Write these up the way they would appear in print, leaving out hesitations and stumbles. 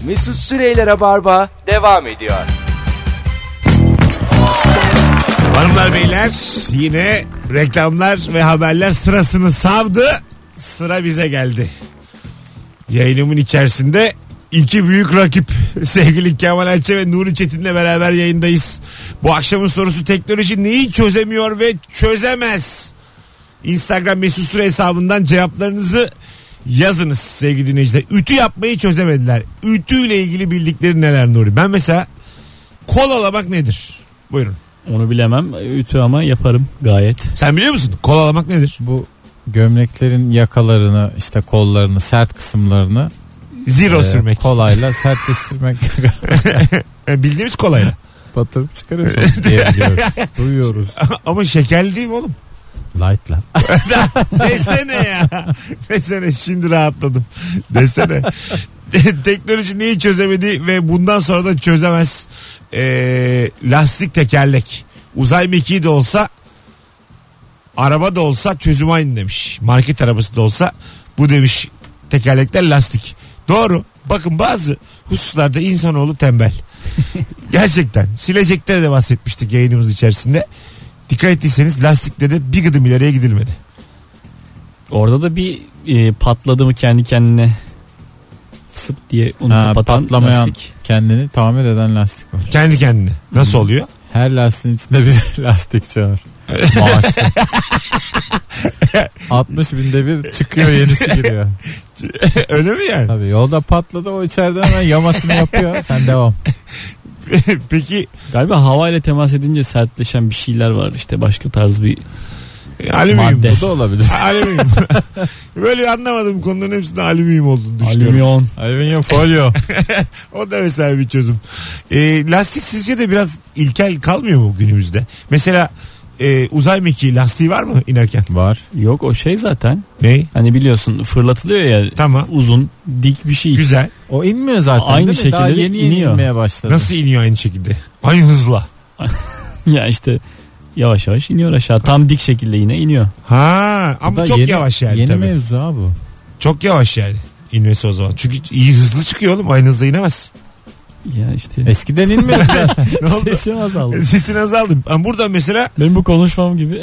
Mesut Süreyler'e barba devam ediyor. Hanımlar beyler, yine reklamlar ve haberler sırasını savdı. Sıra bize geldi. Yayınımın içerisinde iki büyük rakip sevgili Kemal Ayça ve Nuri Çetin'le beraber yayındayız. Bu akşamın sorusu: teknoloji neyi çözemiyor ve çözemez? Instagram Mesut Süre hesabından cevaplarınızı yazınız sevgili dinleyiciler. Ütü yapmayı çözemediler. Ütüyle ilgili bildikleri neler Nuri? Ben mesela kolalamak nedir? Buyurun. Onu bilemem. Ütü ama yaparım gayet. Sen biliyor musun? Kolalamak nedir? Bu gömleklerin yakalarını, işte kollarını, sert kısımlarını Zero sürmek. Kolayla sertleştirmek. Bildiğimiz kolayla. Batırıp çıkarıyorsun diyebiliyoruz. Duyuyoruz. Ama şekerli değil mi oğlum? Light'la. Desene ya. Desene, şimdi rahatladım. Desene. Teknoloji neyi çözemedi ve bundan sonra da çözemez? Lastik tekerlek. Uzay mekiği de olsa, araba da olsa çözüm aynı demiş. Market arabası da olsa bu demiş, tekerlekler lastik. Doğru. Bakın bazı hususlarda insanoğlu tembel. Gerçekten. Silecekte de bahsetmiştik yayınımız içerisinde. Dikkat ettiyseniz lastikte de bir gıdım ileriye gidilmedi. Orada da bir patladı mı kendi kendine fısıp diye onu kapatan patlamayan, lastik. Kendini tamir eden lastik var. Kendi kendine. Nasıl oluyor? Her lastiğin içinde bir lastikçi var. Maaşlı. 60 binde bir çıkıyor, yenisi giriyor. Öyle mi yani? Tabii yolda patladı, o içeriden hemen yamasını yapıyor. Sen devam. Peki. Galiba havayla temas edince sertleşen bir şeyler var, işte başka tarz bir alüminyum. Bu da olabilir. Alüminyum. Böyle anlamadığım konuların hepsinde alüminyum olduğunu düşünüyorum. Alüminyum folyo. O da mesela bir çözüm. Lastik sizce de biraz ilkel kalmıyor mu günümüzde? Mesela uzay mekiği lastiği var mı inerken? Var. Yok, o şey zaten. Ne? Hani biliyorsun fırlatılıyor ya. Tamam. Uzun dik bir şey. Güzel. O inmiyor zaten. Aynı şekilde daha yeni iniyor. inmeye başladı. Nasıl iniyor aynı şekilde? Aynı hızla. Ya işte yavaş yavaş iniyor aşağı. Tam dik şekilde yine iniyor. Ha, ama çok yavaş yani. Yeni tabii. mevzu ha bu. Çok yavaş yani inmesi o zaman. Çünkü iyi hızlı çıkıyor oğlum. Aynı hızla inemez. Ya işte. Eskiden inmiyor zaten. Ne oldu? Sesim azaldı. Sesin azaldı. Ama buradan mesela Benim bu konuşmam gibi.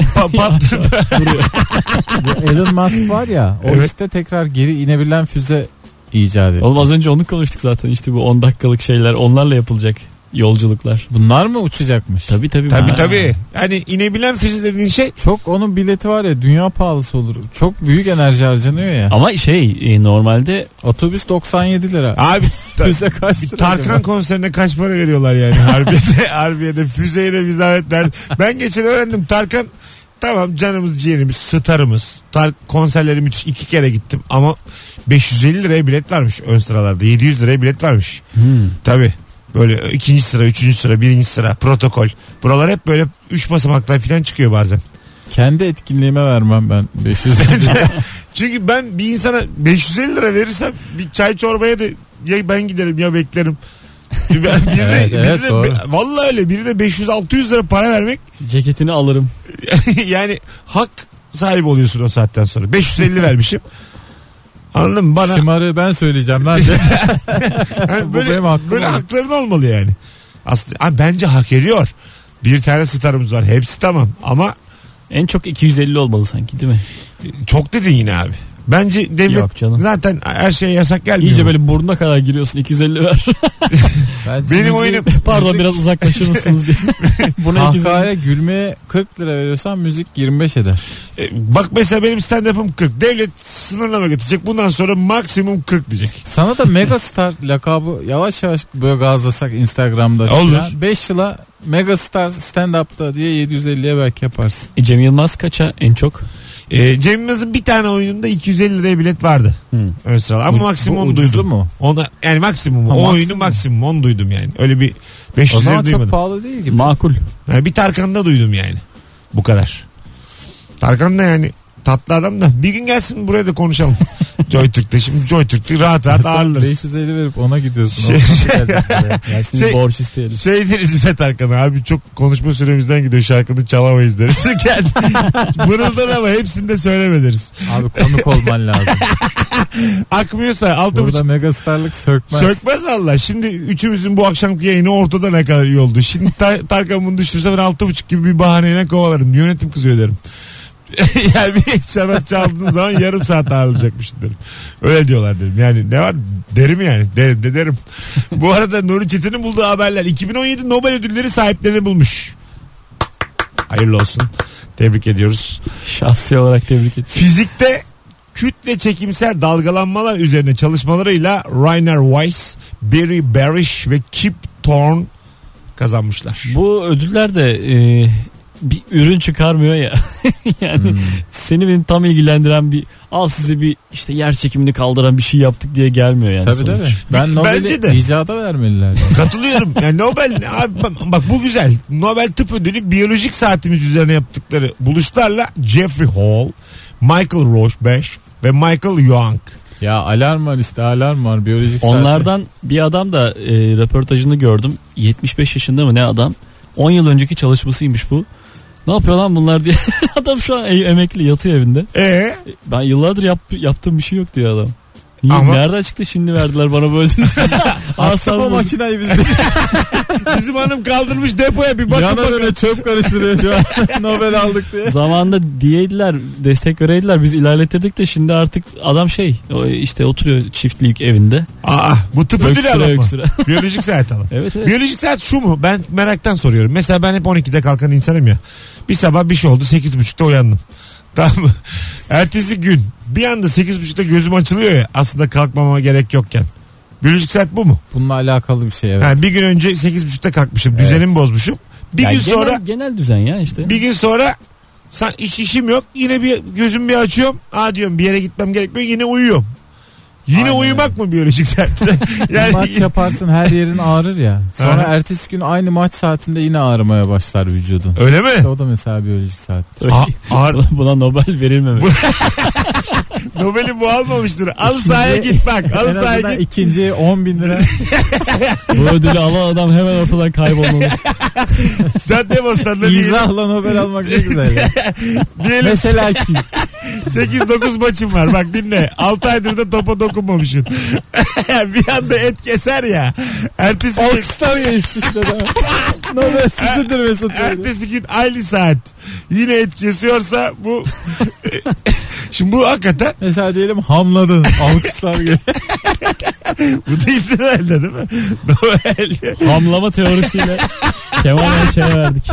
Bu Elon Musk var ya, o Evet. işte tekrar geri inebilen füze icat etti. Oğlum az önce onu konuştuk zaten, işte bu 10 dakikalık şeyler, onlarla yapılacak yolculuklar. Bunlar mı uçacakmış? Tabii. Tabii. Yani inebilen füze dediğin şey. Çok, onun bileti var ya, dünya pahalısı olur. Çok büyük enerji harcanıyor ya. Ama normalde Otobüs 97 lira. Abi Füze kaç lira? Tarkan acaba? konserine konserine kaç para veriyorlar yani Harbiye'de füzeye de bir zahmetler. Ben geçen öğrendim, Tarkan tamam, canımız ciğerimiz, starımız. Konserleri müthiş, 2 kere gittim ama 550 liraya bilet varmış ön sıralarda, 700 liraya bilet varmış. Tabii böyle 2. sıra, 3. sıra, 1. sıra, protokol. Buralar hep böyle 3 basamaklar falan çıkıyor bazen. Kendi etkinliğime vermem ben 550 lira. Çünkü ben bir insana 550 lira verirsem bir çay çorbaya da ya ben giderim ya beklerim. Evet, doğru. Vallahi öyle, birine 500-600 lira para vermek ceketini alırım. yani hak sahibi oluyorsun o saatten sonra. 550 vermişim. Anladın mı? Bana Şımarığı ben söyleyeceğim lan. yani Bu benim hakkım böyle olur. hakların olmalı yani. Aslında bence hak ediyor. Bir tane starımız var. Hepsi tamam ama En çok 250 olmalı sanki, değil mi? çok dedin yine abi. Bence devlet Yok canım. zaten her şeye yasak gelmiyor. İyice böyle burnuna kadar giriyorsun, 250 ver. Benim oyunum Pardon, biraz uzaklaşır mısınız diye. Buna 250. Kahkahaya gülmeye 40 lira veriyorsan müzik 25 eder. Bak mesela benim stand-up'ım 40. Devlet sınırlama getirecek. Bundan sonra maksimum 40 diyecek. Sana da Megastar lakabı yavaş yavaş böyle gazlasak Instagram'da. Olur. 5 yıla Megastar stand-up'ta diye 750'ye belki yaparsın. Cem Yılmaz kaça en çok? Cem Yılmaz'ın bir tane oyununda 250 liraya bilet vardı. Ön sıralar. Ama maksimum onu ucuzu duydum. mu? Ona, yani maksimum. Ha, o maksimum. oyunu maksimum onu duydum yani. Öyle bir O 500 zaman lira çok duymadım. pahalı değil gibi. Makul. Yani bir Tarkan'da duydum yani. Bu kadar. Tarkan da yani tatlı adam da. Bir gün gelsin buraya da konuşalım. JoyTürk'te şimdi JoyTürk'te rahat rahat Sen ağırlarız. 550 verip ona gidiyorsun. Şey- Gelsin Şey- borç isteyelim. Şey deriz Ümit Arkan'a abi çok konuşma süremizden gidiyor şarkını çalamayız deriz. Mırıldan ama hepsini de söyleme deriz. Abi konuk olman lazım. Akmıyorsa 6.5 Burada megastarlık sökmez. sökmez valla. Şimdi üçümüzün bu akşamki yayını ortada ne kadar iyi oldu. Şimdi Tarkan bunu düşürse ben 6.5 gibi bir bahaneyle kovalarım. Yönetim kızıyor derim. Yani bir şarap çaldığın zaman yarım saat ağırlayacakmış derim. Öyle diyorlar derim. Yani ne var derim yani. Derim. Bu arada Nuri Çetin'in bulduğu haberler. 2017 Nobel ödülleri sahiplerini bulmuş. Hayırlı olsun. Tebrik ediyoruz. Şahsi olarak tebrik ederim. Fizikte kütle çekimsel dalgalanmalar üzerine çalışmalarıyla Rainer Weiss, Barry Barish ve Kip Thorne kazanmışlar. Bu ödüller de bir ürün çıkarmıyor ya. Yani seni beni tam ilgilendiren bir al size bir işte yer çekimini kaldıran bir şey yaptık diye gelmiyor yani. Tabii sonuç. tabii. Ben Bence de. Nobel'i icada vermeliler. Katılıyorum. Yani Nobel abi, bak bu güzel. Nobel Tıp Ödülü biyolojik saatimiz üzerine yaptıkları buluşlarla Jeffrey Hall, Michael Rauschenberg ve Michael Young. Ya alarm var işte alarm var biyolojik saat. Onlardan bir adam da röportajını gördüm. 75 yaşında mı ne adam? 10 yıl önceki çalışmasıymış bu. Ne yapıyor lan bunlar diye. Adam şu an emekli yatıyor evinde. Ben yıllardır yaptığım bir şey yok diyor adam. Niye? Ama- Nereden çıktı şimdi verdiler bana böyle. Aslan o makineyi bizde. Bizim hanım kaldırmış depoya bir bakın Yana bakalım. böyle çöp karıştırıyor şu an. Nobel aldık diye. Zamanında diyeydiler, destek vereydiler, biz ilerletirdik de şimdi artık adam işte oturuyor çiftlik evinde. Bu tıp ödülü Öksüre alan mı? öksüre. Biyolojik saat alan. Evet evet. Biyolojik saat şu mu? Ben meraktan soruyorum. Mesela ben hep 12'de kalkan insanım ya. Bir sabah bir şey oldu 8.30'da uyandım. Tamam mı? Ertesi gün bir anda 8.30'da gözüm açılıyor ya aslında kalkmama gerek yokken. Biyolojik saat bu mu? Bununla alakalı bir şey evet. Ha, bir gün önce 8.30'da kalkmışım. Düzenimi bozmuşum. Bir Yani gün sonra genel düzen ya işte. bir gün sonra işim yok. Yine bir gözüm bir açıyorum. Diyorum bir yere gitmem gerekmiyor. Yine uyuyorum. Yine Aynen uyumak mı biyolojik saatte? Yani Maç yaparsın her yerin ağrır ya. Sonra Aha. ertesi gün aynı maç saatinde yine ağrımaya başlar vücudun. öyle mi? İşte o da mesela biyolojik saat. Ağır. Buna Nobel verilmemiş. Nobel'i bu almamıştır. Al sahaya git bak. Al En sahaya azından git. ikinci 10.000 lira. Bu ödülü alan adam hemen ortadan kaybolmalı. Cadde bostanında diyelim. İzahla Nobel almak ne güzel ya. Diyelim Mesela ki 8-9 maçım var. Bak dinle. 6 aydır da topa dokunmamışsın. Bir anda et keser ya. Ertesi gün, alkışlar geçti işte de. Nobel sizindir Mesut Bey. ertesi gün aynı saat. Yine et kesiyorsa bu şimdi bu hakikaten Mesela diyelim hamladın. Alkışlar geçti. bu değildir herhalde değil mi? Nobel. Hamlama teorisiyle Kemal Ayça'ya verdik.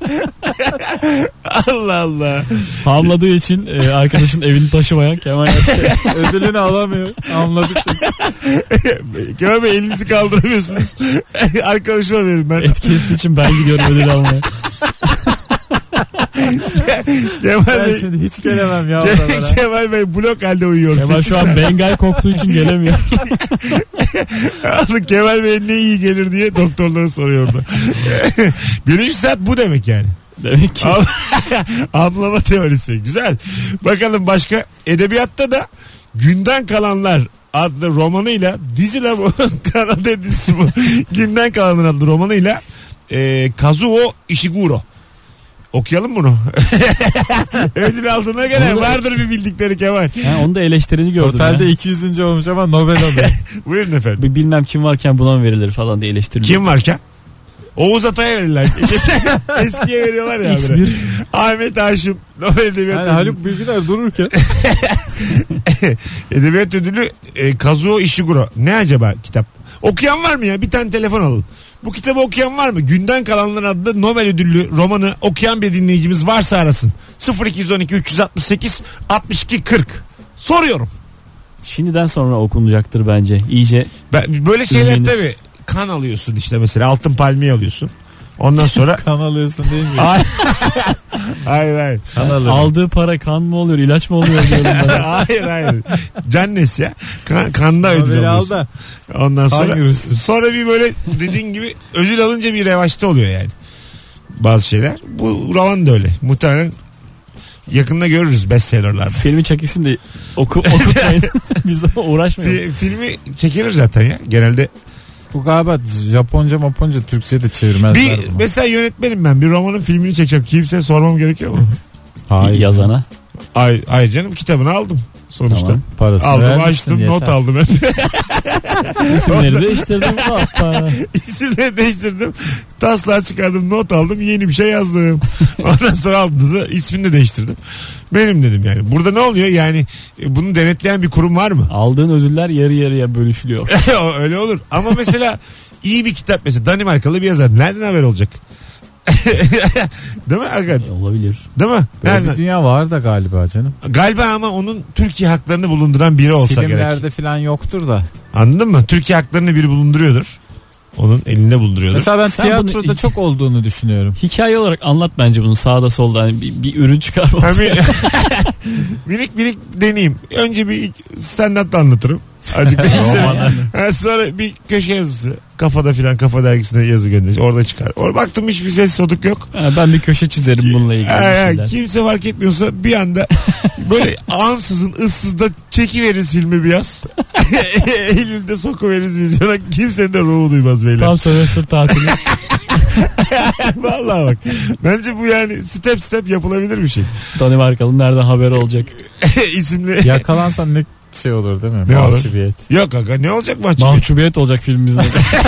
Allah Allah. Hamladığı için arkadaşın evini taşımayan Kemal Ayça'ya. Ödülünü alamıyor. Hamladıkça. Kemal Bey elinizi kaldıramıyorsunuz. Arkadaşıma verin ben. Et kestiği için ben gidiyorum ödül almaya. Kemal Ben Bey, şimdi hiç gelemem ya oralara. Kemal Bey blok halde uyuyor. Kemal şu an Bengal koktuğu için gelemiyor. Kemal Bey ne iyi gelir diye doktorlara soruyor orada. Biyolojik saat bu demek yani. Demek ki. Amlama teorisi. Güzel. Bakalım başka. Edebiyatta da Günden Kalanlar adlı romanıyla diziler bu. Kanada dizisi bu. Günden Kalanlar adlı romanıyla Kazuo Ishiguro. Okuyalım bunu. Ödül aldığına göre Bunu da- vardır bir bildikleri Kemal. Ha, onu da eleştirini gördüm Totalde ya. 200. olmuş ama Nobel alıyor. Buyurun efendim. Bir bilmem kim varken buna mı verilir falan diye eleştiriliyor. Kim varken? Oğuz Atay'a verirler. Eskiye veriyorlar ya. X1. Böyle. Ahmet Haşim. Nobel Edebiyat Yani Ödülü. Haluk Bilginer dururken. Edebiyat Ödülü Kazuo Ishiguro. Ne acaba kitap? Okuyan var mı ya? Bir tane telefon alalım. Bu kitabı okuyan var mı? Günden Kalanlar adlı Nobel ödüllü romanı okuyan bir dinleyicimiz varsa arasın. 0212 368 62 40. Soruyorum. Şimdiden sonra okunacaktır bence. İyice Böyle şeyler Ünlenir. tabii. Kan alıyorsun işte mesela. Altın palmiye alıyorsun. Ondan sonra... Kan alıyorsun değil mi? Hayır. Kan alıyorsun. aldığı para kan mı oluyor, ilaç mı oluyor diyorum ben. hayır. Cannes ya. Kanda ödül Nobel'i al alıyorsun. da. Ondan sonra Hangi Rus? sonra bir böyle dediğin gibi ödül alınca bir revaçta oluyor yani. Bazı şeyler. Bu roman da öyle. Muhtemelen yakında görürüz bestseller'larda. Filmi çekilsin de okutmayın. Biz uğraşmayalım. Filmi çekilir zaten ya genelde. Bu galiba Japonca Türkçe de çevirmezler bunu. Mesela yönetmenim ben. Bir romanın filmini çekeceğim. Kimseye sormam gerekiyor mu? Hayır. Yazana. Ay canım, kitabını aldım sonuçta. Tamam. Parasını aldım, açtım, not aldım hep. İsimleri değiştirdim. Hoppa. İsimleri değiştirdim. Taslağı çıkardım, not aldım, yeni bir şey yazdım. Ondan sonra aldım da ismini de değiştirdim. Benim dedim yani. Burada ne oluyor yani, bunu denetleyen bir kurum var mı? Aldığın ödüller yarı yarıya bölüşülüyor. Öyle olur. Ama mesela iyi bir kitap, mesela Danimarkalı bir yazar. Nereden haber olacak? Değil mi Hakan? Olabilir. Değil mi? Böyle bir dünya var da galiba canım. Galiba ama onun Türkiye haklarını bulunduran biri olsa gerek. Filmlerde falan yoktur da. Anladın mı? Türkiye haklarını biri bulunduruyordur. Onun elinde bulunduruyordur. Mesela ben Sen tiyatroda bunu- çok olduğunu düşünüyorum. Hikaye olarak anlat bence bunu sağda solda. Hani bir ürün çıkarma. minik deneyeyim. Önce bir stand-up anlatırım. Azıcık da isterim. Sonra bir köşe yazısı. Kafada filan, Kafa dergisine yazı gönderir. Orada çıkar. Orada baktım hiçbir ses soluk yok. Ben bir köşe çizerim bununla ilgili. Kimse fark etmiyorsa bir anda böyle ansızın ıssız da çekiveririz filmi bir yaz. Eylül'de sokuveririz vizyona. Kimsenin de ruhu duymaz beyler. Tam sömestr tatili. Vallahi bak. Bence bu yani step yapılabilir bir şey. Danimarkalı nereden haber olacak? İsimli. Yakalansan ne şey olur değil mi? Ne olur? Mahcubiyet. Yok aga, ne olacak mahcubiyet? Mahcubiyet olacak filmimizde.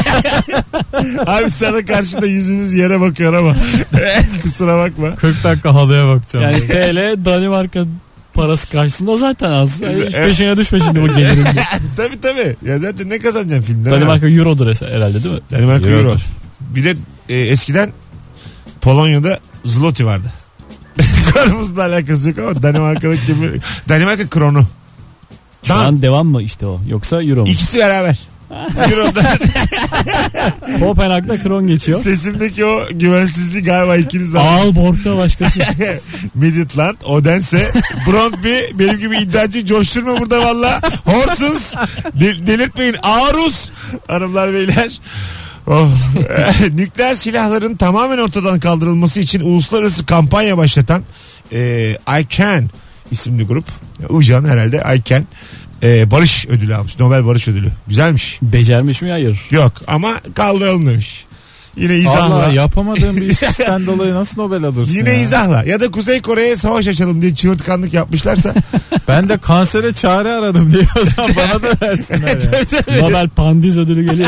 Abi sana karşıda yüzünüz yere bakıyor ama. Kusura bakma. 40 dakika halıya bakacağım. Yani TL Danimarka parası karşısında zaten az. Evet. Peşine düşme şimdi bu gelirin. Tabii. Ya zaten ne kazanacaksın filmden? Danimarka Euro'dur herhalde değil mi? Danimarka Euro'dur. Euro. Bir de eskiden Polonya'da zloty vardı. Konumuzla alakası yok ama Danimarka'daki gibi. Danimarka kronu. Şu an devam mı işte o? Yoksa Euro mu? İkisi beraber. Euro'da Kopenhag'da kron geçiyor. sesimdeki o güvensizliği galiba ikiniz de. Aalborg'da başkası. Midtjylland, Odense, Brøndby, benim gibi iddiacı coşturma burada valla. Horsens, delirtmeyin. Aarhus, hanımlar beyler. Oh. Nükleer silahların tamamen ortadan kaldırılması için uluslararası kampanya başlatan I Can isimli grup. Ucan herhalde I Can. Barış ödülü almış. Nobel Barış Ödülü. Güzelmiş. Becermiş mi? Hayır. Yok ama kaldıralım demiş. Yine izahla. Allah, yapamadığın bir işten dolayı nasıl Nobel alırsın? Yine ya? izahla. Ya da Kuzey Kore'ye savaş açalım diye çığırtkanlık yapmışlarsa. Ben de kansere çare aradım diye o zaman bana da versinler ya. Nobel Pandiz ödülü geliyor.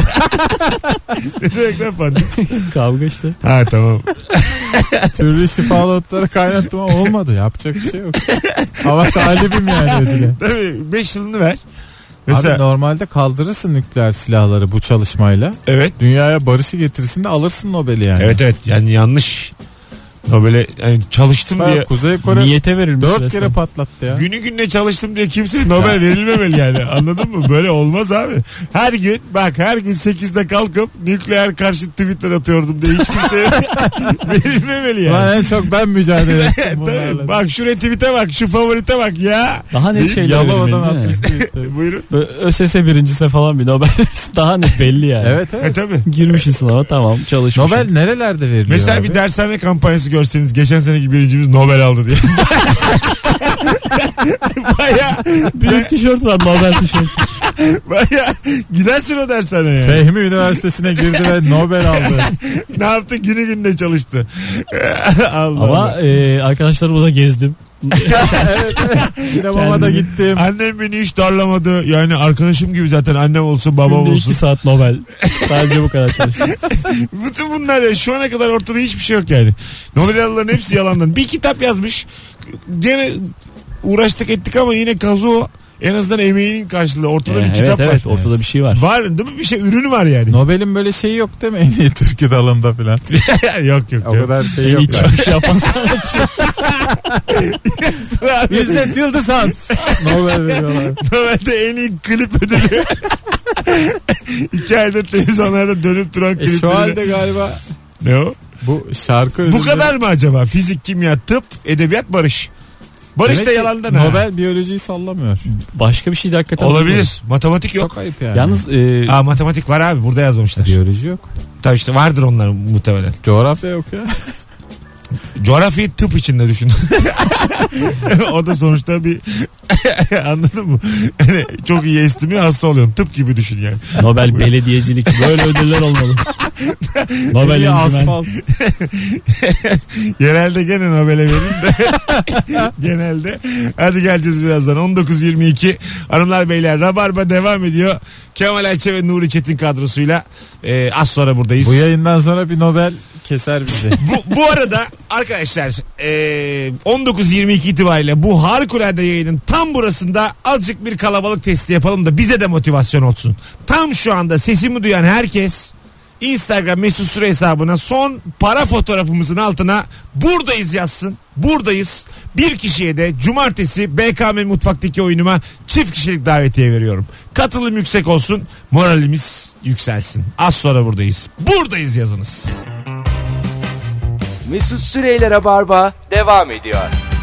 Ne demek lan pandis? Kavga işte. Ha tamam. Türlü şifalı otları kaynattım ama olmadı. Yapacak bir şey yok. Ama talibim yani ödüle. Tabii 5 yılını ver. Abi Mesela normalde kaldırırsın nükleer silahları bu çalışmayla. evet. Dünyaya barışı getirirsin de alırsın Nobel'i yani. Evet yani yanlış. Nobel'e yani çalıştım Bak, diye. Kuzey Kore Niyete verilmiş 4 resmen. kere patlattı ya. Günü gününe çalıştım diye kimseye Nobel verilmemeli yani. Anladın mı? Böyle olmaz abi. Her gün 8'de kalkıp nükleer karşı Twitter atıyordum diye hiç kimseye verilmemeli yani. Lan en çok ben mücadele ettim Tabii. bunlarla. Bak şu retweet'e bak, şu favorite bak ya. Daha net şeyler Yalova'dan verilmez değil mi? atmıştı. Buyurun. Böyle ÖSS birincisine falan bir Nobel daha net belli yani. Evet evet. Tabii. Girmişsin sınava tamam çalışmışsın. Nobel nerelerde veriliyor Mesela abi? bir dershane kampanyası görseniz geçen seneki birincimiz Nobel aldı diye. Baya Büyük tişört var Nobel tişört. gidersin o dershaneye. Fehmi Üniversitesi'ne girdi ve Nobel aldı. Ne yaptı? Günü gününe çalıştı. Allah Ama Allah. arkadaşlarımla gezdim. Evet. Sinemama da gittim. Annem beni hiç darlamadı. Yani arkadaşım gibi zaten, annem olsun babam Günde olsun. 2 saat Nobel. Sadece bu kadar çalıştım. Bütün bunlar ya, şu ana kadar ortada hiçbir şey yok yani. Nobel alırların hepsi yalandan. Bir kitap yazmış. Gene uğraştık ettik ama yine kazoo. En azından emeğinin karşılığı. Ortada bir kitap var. Evet ortada bir şey var. Var değil mi? Bir şey, ürünü var yani. Nobel'in böyle şeyi yok değil mi? En iyi türkü dalında falan. yok. O canım. kadar şey En yok. iyi çıkış yapan sanatçı. İzzet Yıldızhan. Nobel veriyorlar. Nobel'de en iyi klip ödülü. 2 ayda televizyonlarda dönüp duran klipleri. Şu halde galiba Ne o? bu şarkı ödülü. Bu kadar mı acaba? Fizik, kimya, tıp, edebiyat, barış. Barış Demek da ki yalandan ha. Nobel biyolojiyi sallamıyor. Başka bir şey de hakikaten Olabilir. Matematik yok. Çok ayıp yani. Yalnız Matematik var abi, burada yazmamışlar. biyoloji yok. Tabii işte vardır onların muhtemelen. Coğrafya yok ya. Coğrafyayı tıp içinde düşün. O da sonuçta bir anladın mı? Yani çok iyi estimiyor, hasta oluyorsun. Tıp gibi düşün yani. Nobel belediyecilik böyle ödüller olmalı. Nobel asfalt. Genelde gene Nobel'e verin de. Genelde. Hadi geleceğiz birazdan. 19.22 hanımlar beyler, Rabarba devam ediyor. Kemal Ayça ve Nuri Çetin kadrosuyla az sonra buradayız. Bu yayından sonra bir Nobel keser bizi. Bu arada arkadaşlar 19.22 itibariyle bu harikulade yayının tam burasında azıcık bir kalabalık testi yapalım da bize de motivasyon olsun. Tam şu anda sesimi duyan herkes Instagram mesut süre hesabına son para fotoğrafımızın altına buradayız yazsın. Buradayız. Bir kişiye de cumartesi BKM Mutfak'taki oyunuma çift kişilik davetiye veriyorum. Katılım yüksek olsun, moralimiz yükselsin. Az sonra buradayız. Buradayız yazınız. Mesut Süreyler'e barba devam ediyor.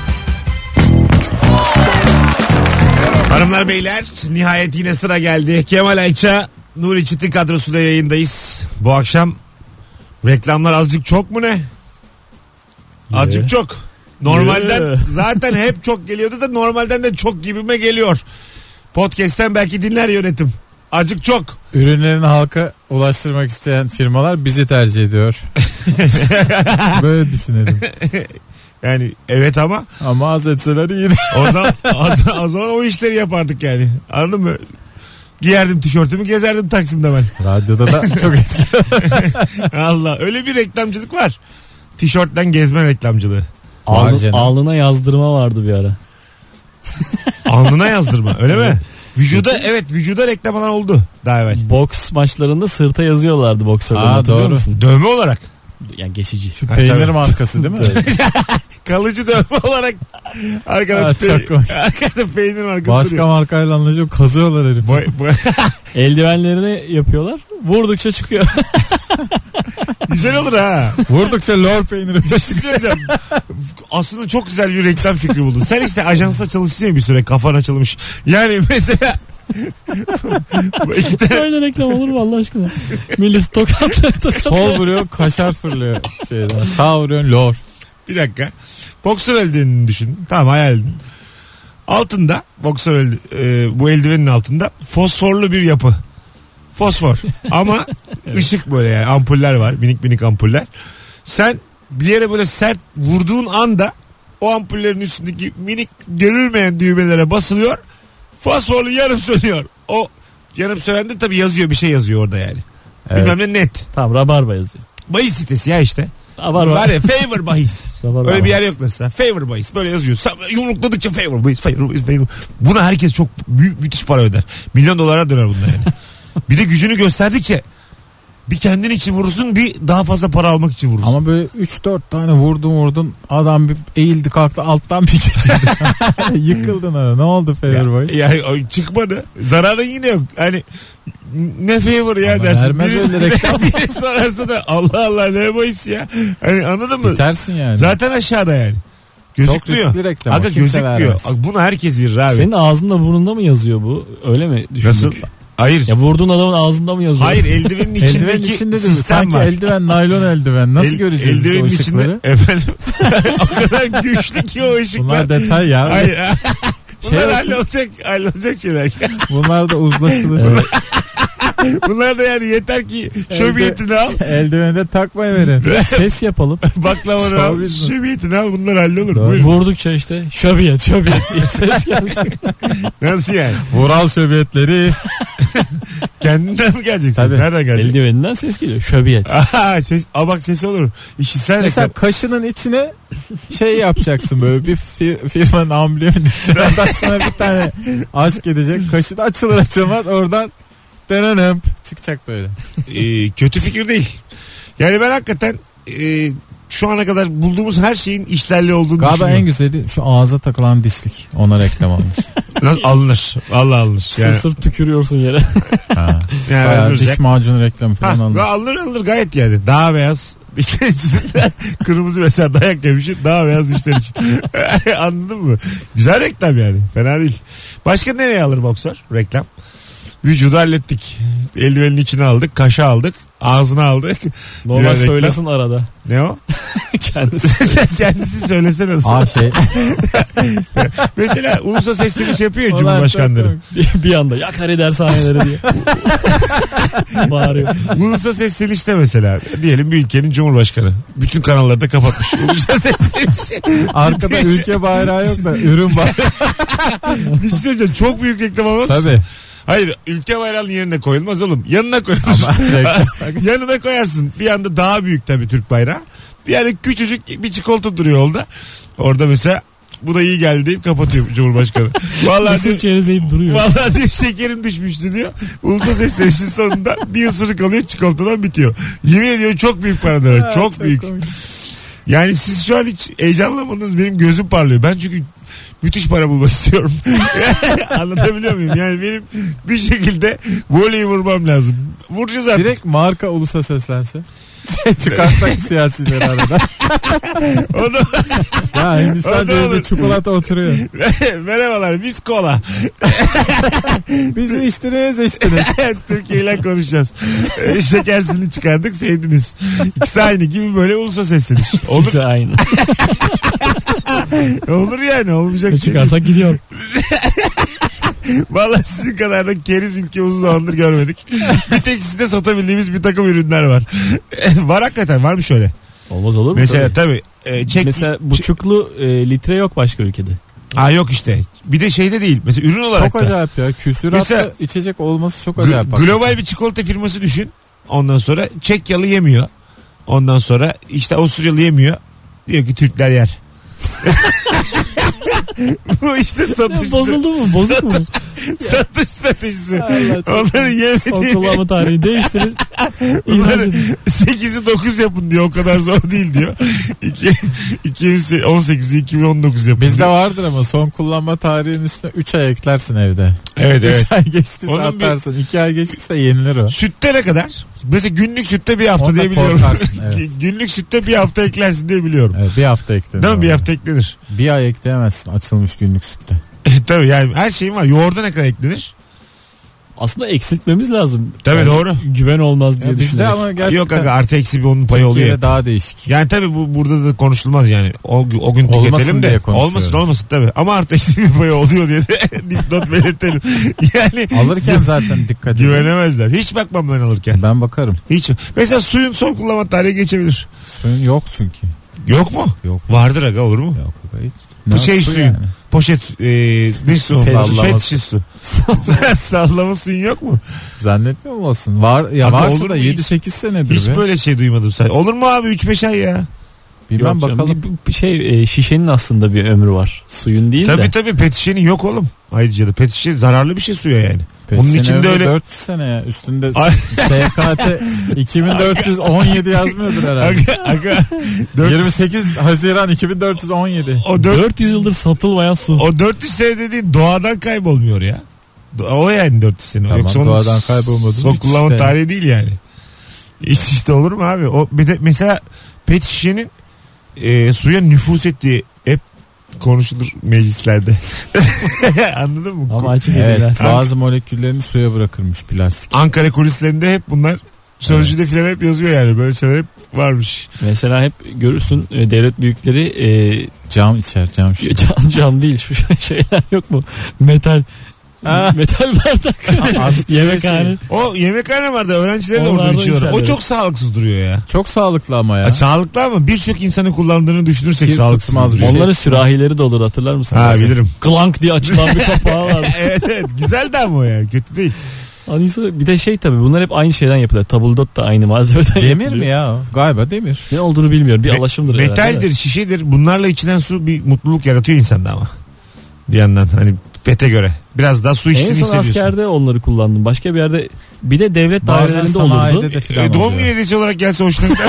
Hanımlar beyler, nihayet yine sıra geldi. Kemal Ayça, Nuri Çetin kadrosuyla yayındayız. Bu akşam reklamlar azıcık çok mu ne? Azıcık çok. Normalden zaten hep çok geliyordu da normalden de çok gibime geliyor. Podcast'ten belki dinler yönetim. Azıcık çok. Ürünlerini halka ulaştırmak isteyen firmalar bizi tercih ediyor. Böyle düşünelim. Yani evet ama az etseler iyiydi. o zaman o işleri yapardık yani. Anladın mı? Giyerdim tişörtümü, gezerdim Taksim'de ben. Radyoda da çok etkili. Allah, öyle bir reklamcılık var. Tişörtten gezme reklamcılığı. Alnına yazdırma vardı bir ara. Alnına yazdırma, öyle mi? Vücuda reklam alan oldu daha evvel. Boks maçlarında sırta yazıyorlardı boksörler, hatırlıyor doğru musun? Dövme olarak. Yani geçici. Şu peynir markası değil mi? Kalıcı dövme olarak arkada, arkada peynir markası başka duruyor. markayla anlaşıyor, kazıyorlar herif. Eldivenlerini yapıyorlar. Vurdukça çıkıyor. Güzel olur ha. Vurdukça lor peyniri. Bir şey söyleyeceğim. Aslında çok güzel bir reklam fikri buldun. Sen işte ajansta çalıştın ya bir süre, kafan açılmış. Yani mesela Böyle reklam olur mu Allah aşkına? Millet tokatlar. Sol vuruyor, kaşar fırlıyor şeyden. Sağ vuruyor, lor. bir dakika. Boksör eldivenini düşün. Tamam, hayal edin. Altında boksör bu eldivenin altında fosforlu bir yapı. Fosfor. Ama ışık böyle yani. Ampuller var. Minik minik ampuller. Sen bir yere böyle sert vurduğun anda o ampullerin üstündeki minik görülmeyen düğmelere basılıyor. Fosforlu yanıp sönüyor. O yanıp sönende tabii yazıyor, bir şey yazıyor orada yani. Evet. Bilmem ne net. Tamam, Rabarba yazıyor. Bahis sitesi ya işte. Rabarba. Var ya, favor bahis. Öyle bir yer yok mesela. Favor bahis. Böyle yazıyor. Yumrukladıkça favor bahis. Buna herkes çok müthiş para öder. $1 milyon döner bunda yani. Bir de gücünü gösterdikçe bir kendin için vurursun, bir daha fazla para almak için vurursun. Ama böyle 3-4 tane vurdun adam bir eğildi kalktı, alttan bir getirdi. Yıkıldın ara. Ne oldu favor boy? Ya çıkmadı. Zararın yine yok. Hani ne favor ya ama dersin. Hermez öyle reklam. Biri sorarsa da Allah Allah ne bahis ya. Hani anladın mı? Bitersin yani. Zaten aşağıda yani. Gözükmüyor. Çok riskli reklam. Aga gözükmüyor. Bunu herkes verir abi. Senin ağzında burnunda mı yazıyor bu? Öyle mi düşündük? Nasıl? Hayır. Ya vurduğun adamın ağzında mı yazıyor? Hayır, eldivenin içindeki sistem sanki var. eldiven, naylon eldiven. Nasıl göreceğiz eldivenin o ışıkları? içinde, efendim o kadar güçlü ki o ışıklar. Bunlar detay ya. Hayır. Bunlar olsun. hallolacak şeyler. Bunlar da uzlaşılır. Evet. Bunlar da yani yeter ki şöbiyetini al. Eldiveni de takmayı verin. Ses yapalım. Baklavanı al. Şöbiyetini al, bunlar hallolur. Buyurun. Vurdukça işte şöbiyet diye ses gelsin. Nasıl yani? Vural şöbiyetleri. Kendinden mi geleceksiniz? Nereden gelecek? Eldiveninden ses geliyor. Şöbiyet. Aha, bak sesi olur. İşitsel mesela reklam. kaşının içine şey yapacaksın, böyle bir firmanın amblemi diyeceksin. Ondan sonra bir tane aşk edecek. Kaşın açılır açılmaz oradan denenip çıkacak böyle. Kötü fikir değil. Yani ben hakikaten şu ana kadar bulduğumuz her şeyin işlerli olduğunu galiba düşünüyorum. en güzeli şu ağza takılan dişlik. Ona reklam almış. Alınır. Vallahi alınır. Yani, sırf tükürüyorsun yere. Yani diş macunu reklamı falan almış. Alınır gayet yani. Daha beyaz dişler için. Kırmızı mesela dayak yemişim. Daha beyaz dişler için. Anladın mı? Güzel reklam yani. Fena değil. Başka nereye alır boksör reklam? Vücudu hallettik. Eldivenin içine aldık. Kaşı aldık. Ağzını aldık. Normal Biraz söylesin arada. Ne o? Kendisi. Kendisi söylesene nasıl? Mesela ulusa sesleniş yapıyor ya Cumhurbaşkanları. Bir anda yakar eder sahneleri diye. Bağırıyor. Ulusa seslenişte mesela diyelim bir ülkenin Cumhurbaşkanı. Bütün kanalları da kapatmış. Ulusa sesleniş. Arkada ülke bayrağı yok da ürün bayrağı. Bir şey söyleyeceğim. Çok büyük reklam olmaz. Tabii. Hayır, ülke bayrağının yerine koyulmaz oğlum. Yanına koyulur. Yanına koyarsın. Bir anda daha büyük tabii Türk bayrağı. Bir yani küçücük bir çikolata duruyor yolda. Orada mesela bu da iyi geldi deyip kapatıyor Cumhurbaşkanı. Vallahi diyor, çerezeyip duruyor. vallahi diyor şekerim düşmüştü diyor. Ulusal seslenişin sonunda bir ısırık alıyor, çikolatadan bitiyor. Yemin ediyorum çok büyük paradır. Çok büyük. Komik. Yani siz şu an hiç heyecanlamadınız, benim gözüm parlıyor. Ben çünkü müthiş para bulmak istiyorum. Anlatabiliyor muyum? Yani benim bir şekilde voleyi vurmam lazım. Vuracağız artık. Direkt marka ulusa seslense. Çıkarsak siyasiler arada. O da... Ya Hindistan O da olur. cevizde çikolata oturuyor. Merhabalar, biz kola. Bizi içtiniz. Türkiye ile konuşacağız. Şekersini çıkardık, sevdiniz. İkisi aynı gibi böyle ulusa sesleniş. Olur, İkisi aynı. olur yani, olmayacak şey değil. Çıkarsak gidiyor. Vallahi sizin kadar da keriz ülke uzun zamandır görmedik. Bir tek sizde satabildiğimiz bir takım ürünler var. Var hakikaten, var mı şöyle? Olmaz olur mu? Mesela tabii. Mesela buçuklu litre yok başka ülkede. Yok işte. Bir de şeyde değil. Mesela ürün olarak Çok da. acayip ya. Küsüratlı Mesela, içecek olması çok acayip. Global bir çikolata firması düşün. Ondan sonra Çekyalı yemiyor. Ondan sonra işte Avusturyalı yemiyor. Diyor ki Türkler yer. Bu işte satış. Bozuldu mu? Bozuk mu? Satış stratejisi. Allah, Onların son yemediği. kullanma tarihini değiştirin. Bunları 8'i 9 yapın diyor. O kadar zor değil diyor. 2018'i 2019 yapın. Bizde diyor. vardır ama son kullanma tarihinin üstüne 3 ay eklersin evde. Evet evet. 3 ay geçtiyse Onun atarsın. 2 ay geçtiyse yenilir o. Sütte ne kadar? Mesela günlük sütte bir hafta Onda diye biliyorum. korkarsın, evet. Günlük sütte bir hafta eklersin diye biliyorum. Evet, bir hafta eklenir. Değil mi? Bir hafta eklenir. Bir ay ekleyemezsin açılmış günlük sütte. Tabii yani her şeyin var. Yoğurda ne kadar eklenir? Aslında eksiltmemiz lazım. Tabii Yani doğru. Güven olmaz diye Ya bizde düşünüyorum. ama gerçekten Yok aga, artı eksi bir onun payı oluyor. Türkiye'de daha değişik. Yani tabii bu burada da konuşulmaz yani. O gün Olmasın tüketelim diye de. konuşuyoruz. Olmasın tabii. Ama artı eksi bir payı oluyor diye de dipnot belirtelim. Yani Alırken zaten dikkat edin. güvenemezler. Hiç bakmam ben alırken. Ben bakarım. Hiç. Mesela suyun son kullanma tarihi geçebilir. Suyun yok çünkü. Yok mu? Yok. Vardır aga, olur mu? Yok hiç. Bu Ne şey su suyun. yani? Poşet ne su? Sallama Pet su. şişe su. Sallama suyun yok mu? Zannetmiyor musun? Var ya, Abi varsa olur da mu 7-8 senedir Hiç be. böyle şey duymadım sen. Olur mu abi 3-5 ay ya? Bilmem Yok canım, bakalım. bir şey şişenin aslında bir ömrü var. Suyun değil de. Tabii pet şişenin yok oğlum. Ayrıca da pet şişe zararlı bir şey suya yani. Peki Onun sene içinde öyle 400 sene ya. Üstünde Ay. SKT 2417 yazmıyordur herhalde. aga 400, 28 Haziran 2417. o 400 yıldır satılmayan su. o 400 sene dediğin doğadan kaybolmuyor ya. O yani 400 sene. Tamam, Yoksa onun doğadan kaybolmadı. son Hiç kullanma işte. tarihi değil yani. İşte olur mu abi? O bir de mesela pet şişenin suya nüfuz ettiği hep konuşulur meclislerde. Anladın mı? Ama açık Evet, edilmez. bazı moleküllerini suya bırakırmış plastik. Ankara kulislerinde hep bunlar sözcüde filan hep yazıyor yani. Böyle şeyler hep varmış. Mesela hep görürsün devlet büyükleri Cam içer, cam şişe. cam değil şu şeyler yok mu? Metal bardak. Yemekhane. O yemekhane vardı. Öğrenciler de orada Onlarda içiyorlar. O içerler. çok sağlıksız duruyor ya. Çok sağlıklı ama ya. Sağlıklı ama birçok insanın kullandığını düşünürsek Kir sağlıksız. tutmaz bir duruyor. şey. Onların sürahileri de olur, hatırlar mısın? Ha bilirim. Klank diye açılan bir kapağı var. Evet güzel de ama o ya. Kötü değil. Bir de şey tabii bunlar hep aynı şeyden yapılıyor. Tabldot da aynı malzemeden Demir yapılıyor. mi ya o? Galiba demir. Ne olduğunu bilmiyorum. Bir alaşımdır herhalde. Metaldir, şişedir. Bunlarla içilen su bir mutluluk yaratıyor insanda ama. Bir yandan hani pete göre. Biraz daha su En içtiğini son hissediyorsun. askerde onları kullandım. Başka bir yerde bir de devlet Bazen dairelerinde sanayide olurdu. de filan Doğum oluyor. günü hediyesi olarak gelse hoşuna gider.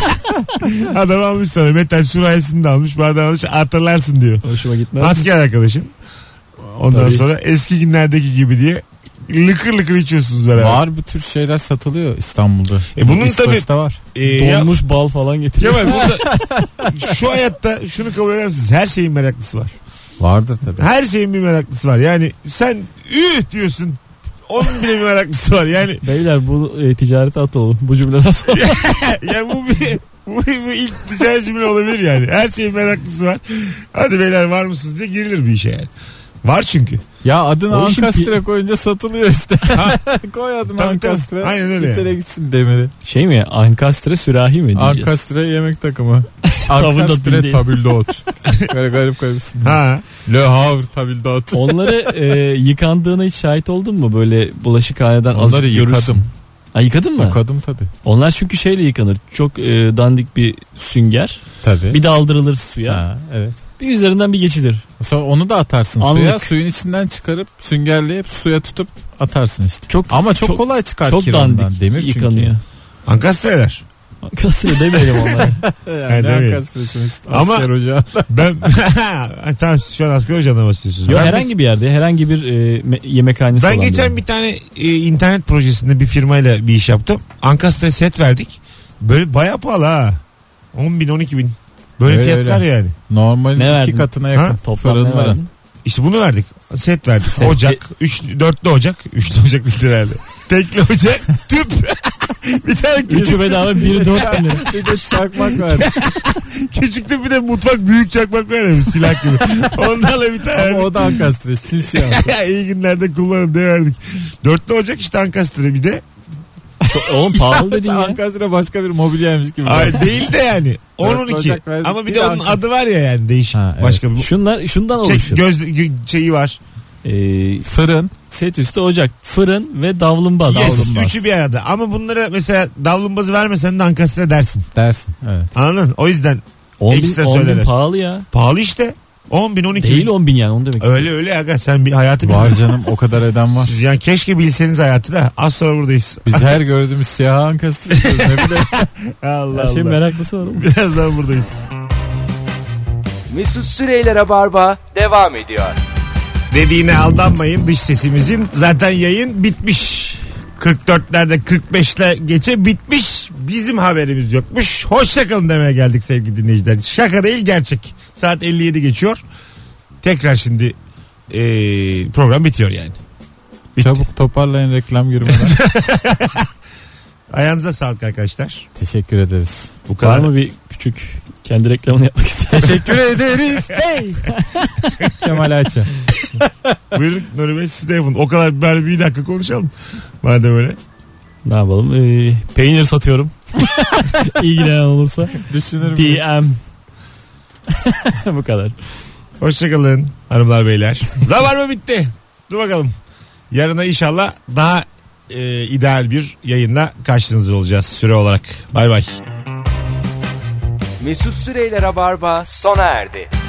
Adam almış sana metal sürahesini de almış. Bardağı almış, hatırlarsın diyor. Hoşuma gitmez. Asker arkadaşın. Ondan Tabii. sonra eski günlerdeki gibi diye lıkır lıkır içiyorsunuz beraber. Var, bu tür şeyler satılıyor İstanbul'da. Bunun İskoç'ta var. Donmuş bal falan getiriyor. Kemal burada şu hayatta şunu kabul eder misiniz? Her şeyin meraklısı var. Vardır tabii. Her şeyin bir meraklısı var. Yani sen diyorsun Onun bile bir meraklısı var. Yani Beyler bu ticarete atalım bu cümleden sonra. ya bu ilk ticaret cümle olabilir yani. Her şeyin meraklısı var. Hadi beyler var mısınız diye girilir bir işe yani. Var çünkü. Ya adını O işin Ankastre koyunca satılıyor işte. Koy adını Tabii, Ankastre. tabii. Aynen öyle Bir kere yani. gitsin demiri. Şey mi? Ankastre sürahi mi diyeceğiz? Ankastre yemek takımı. Tabildot Ankastre bildiğin. tabildot. Böyle garip isim. Ha. Le Havre tabildot. Onları yıkandığına hiç şahit oldun mu? Böyle bulaşıkhaneden Onları azıcık görürsün. yıkadım. Ha, yıkadın mı? Yıkadım tabii. Onlar çünkü şeyle yıkanır. Çok dandik bir sünger. Tabii. Bir daldırılır suya. Ha, evet. Bir üzerinden bir geçilir. Sonra onu da atarsın Anlık. suya. Suyun içinden çıkarıp süngerleyip suya tutup atarsın işte. Çok Ama çok kolay çıkar çok kirandan. dandik Demir yıkanıyor. çünkü. Ankastreler. Ankastre demeyelim onlara. Yani ne demeyelim. Ankastresi? Ama- Asker ocağı. Ben tamam şu an asgari hocadan bahsediyorsunuz. Yok Ben herhangi bir yerde herhangi bir yemekhanesi Ben olan geçen bir bir tane internet projesinde bir firmayla bir iş yaptım. Ankastre set verdik. Böyle bayağı pahalı ha. 10 bin 12 bin. Böyle Öyle, fiyatlar öyle. yani. Normalin Ne 2 verdin? katına yakın. Ha? toplam Fırın ne var. verdin? İşte bunu verdik. Set verdik. Set- Ocak. 4'lü Ocak. 3'lü Ocak değil herhalde. Tekli Ocak. Tüp. Bir tane Üçü bedava biri 4 bin lira. Bir de çakmak var. küçük de bir de mutfak büyük çakmak var ya silah gibi. Onlarla bir tane Ama verdik. o da Ankastre. Simsiyah. İyi günlerde kullanın diye verdik. 4'lü Ocak işte Ankastre bir de. Oğlum pahalı dedin ya. Ankastre başka bir mobilyaymış gibi. Ay değil de yani. 10-12. Ocak verdik, Ama bir bir de de onun Ankastre. adı var ya yani değişik. Ha, evet. Başka bir Şundan oluşur. şeyi var. Fırın. Set üstü ocak, fırın ve davlumbaz. Yes, Davlumbaz. üçü bir arada. Ama bunlara mesela davlumbazı vermesen de Ankastre dersin. Dersin. Evet. Anladın? O yüzden 10 bin, ekstra 10 bin söylenir. pahalı ya. pahalı işte. 10 bin 12 Değil bin. 10 bin yani onu demek istiyorum. Öyle aga sen bir hayatı Var bilmiyorsun. canım o kadar eden var. Siz yani keşke bilseniz hayatı da az sonra buradayız. Biz her gördüğümüz siyah Ankastre diyoruz, ne bileyim. Allah Her şeyin Allah. meraklısı var oğlum. Birazdan buradayız. Mesut Süreyler'e barba devam ediyor. Dediğine aldanmayın dış sesimizin. Zaten yayın bitmiş. 44'lerde 45'le geçe bitmiş. Bizim haberimiz yokmuş. Hoşçakalın demeye geldik sevgili dinleyiciler. Şaka değil gerçek. Saat 57 geçiyor. Tekrar şimdi program bitiyor yani. Bitti. Çabuk toparlayın reklam girmeden. Ayağınıza sağlık arkadaşlar. Teşekkür ederiz. Bu Var kadar. mı bir küçük kendi reklamını yapmak isteyen? Teşekkür ederiz. Hey. Kemal Ayça. Buyurun Nuri Bey siz de yapın. O kadar bari bir dakika konuşalım. Madem öyle. Ne yapalım? Peynir satıyorum. İlgilenen olursa. Düşünür müyüz? DM. Bu kadar. Hoşçakalın hanımlar beyler. Rabarba bitti. Dur bakalım. Yarına inşallah daha ideal bir yayınla karşınızda olacağız süre olarak. Bay bay. Mesut Süreyler'e barba sona erdi.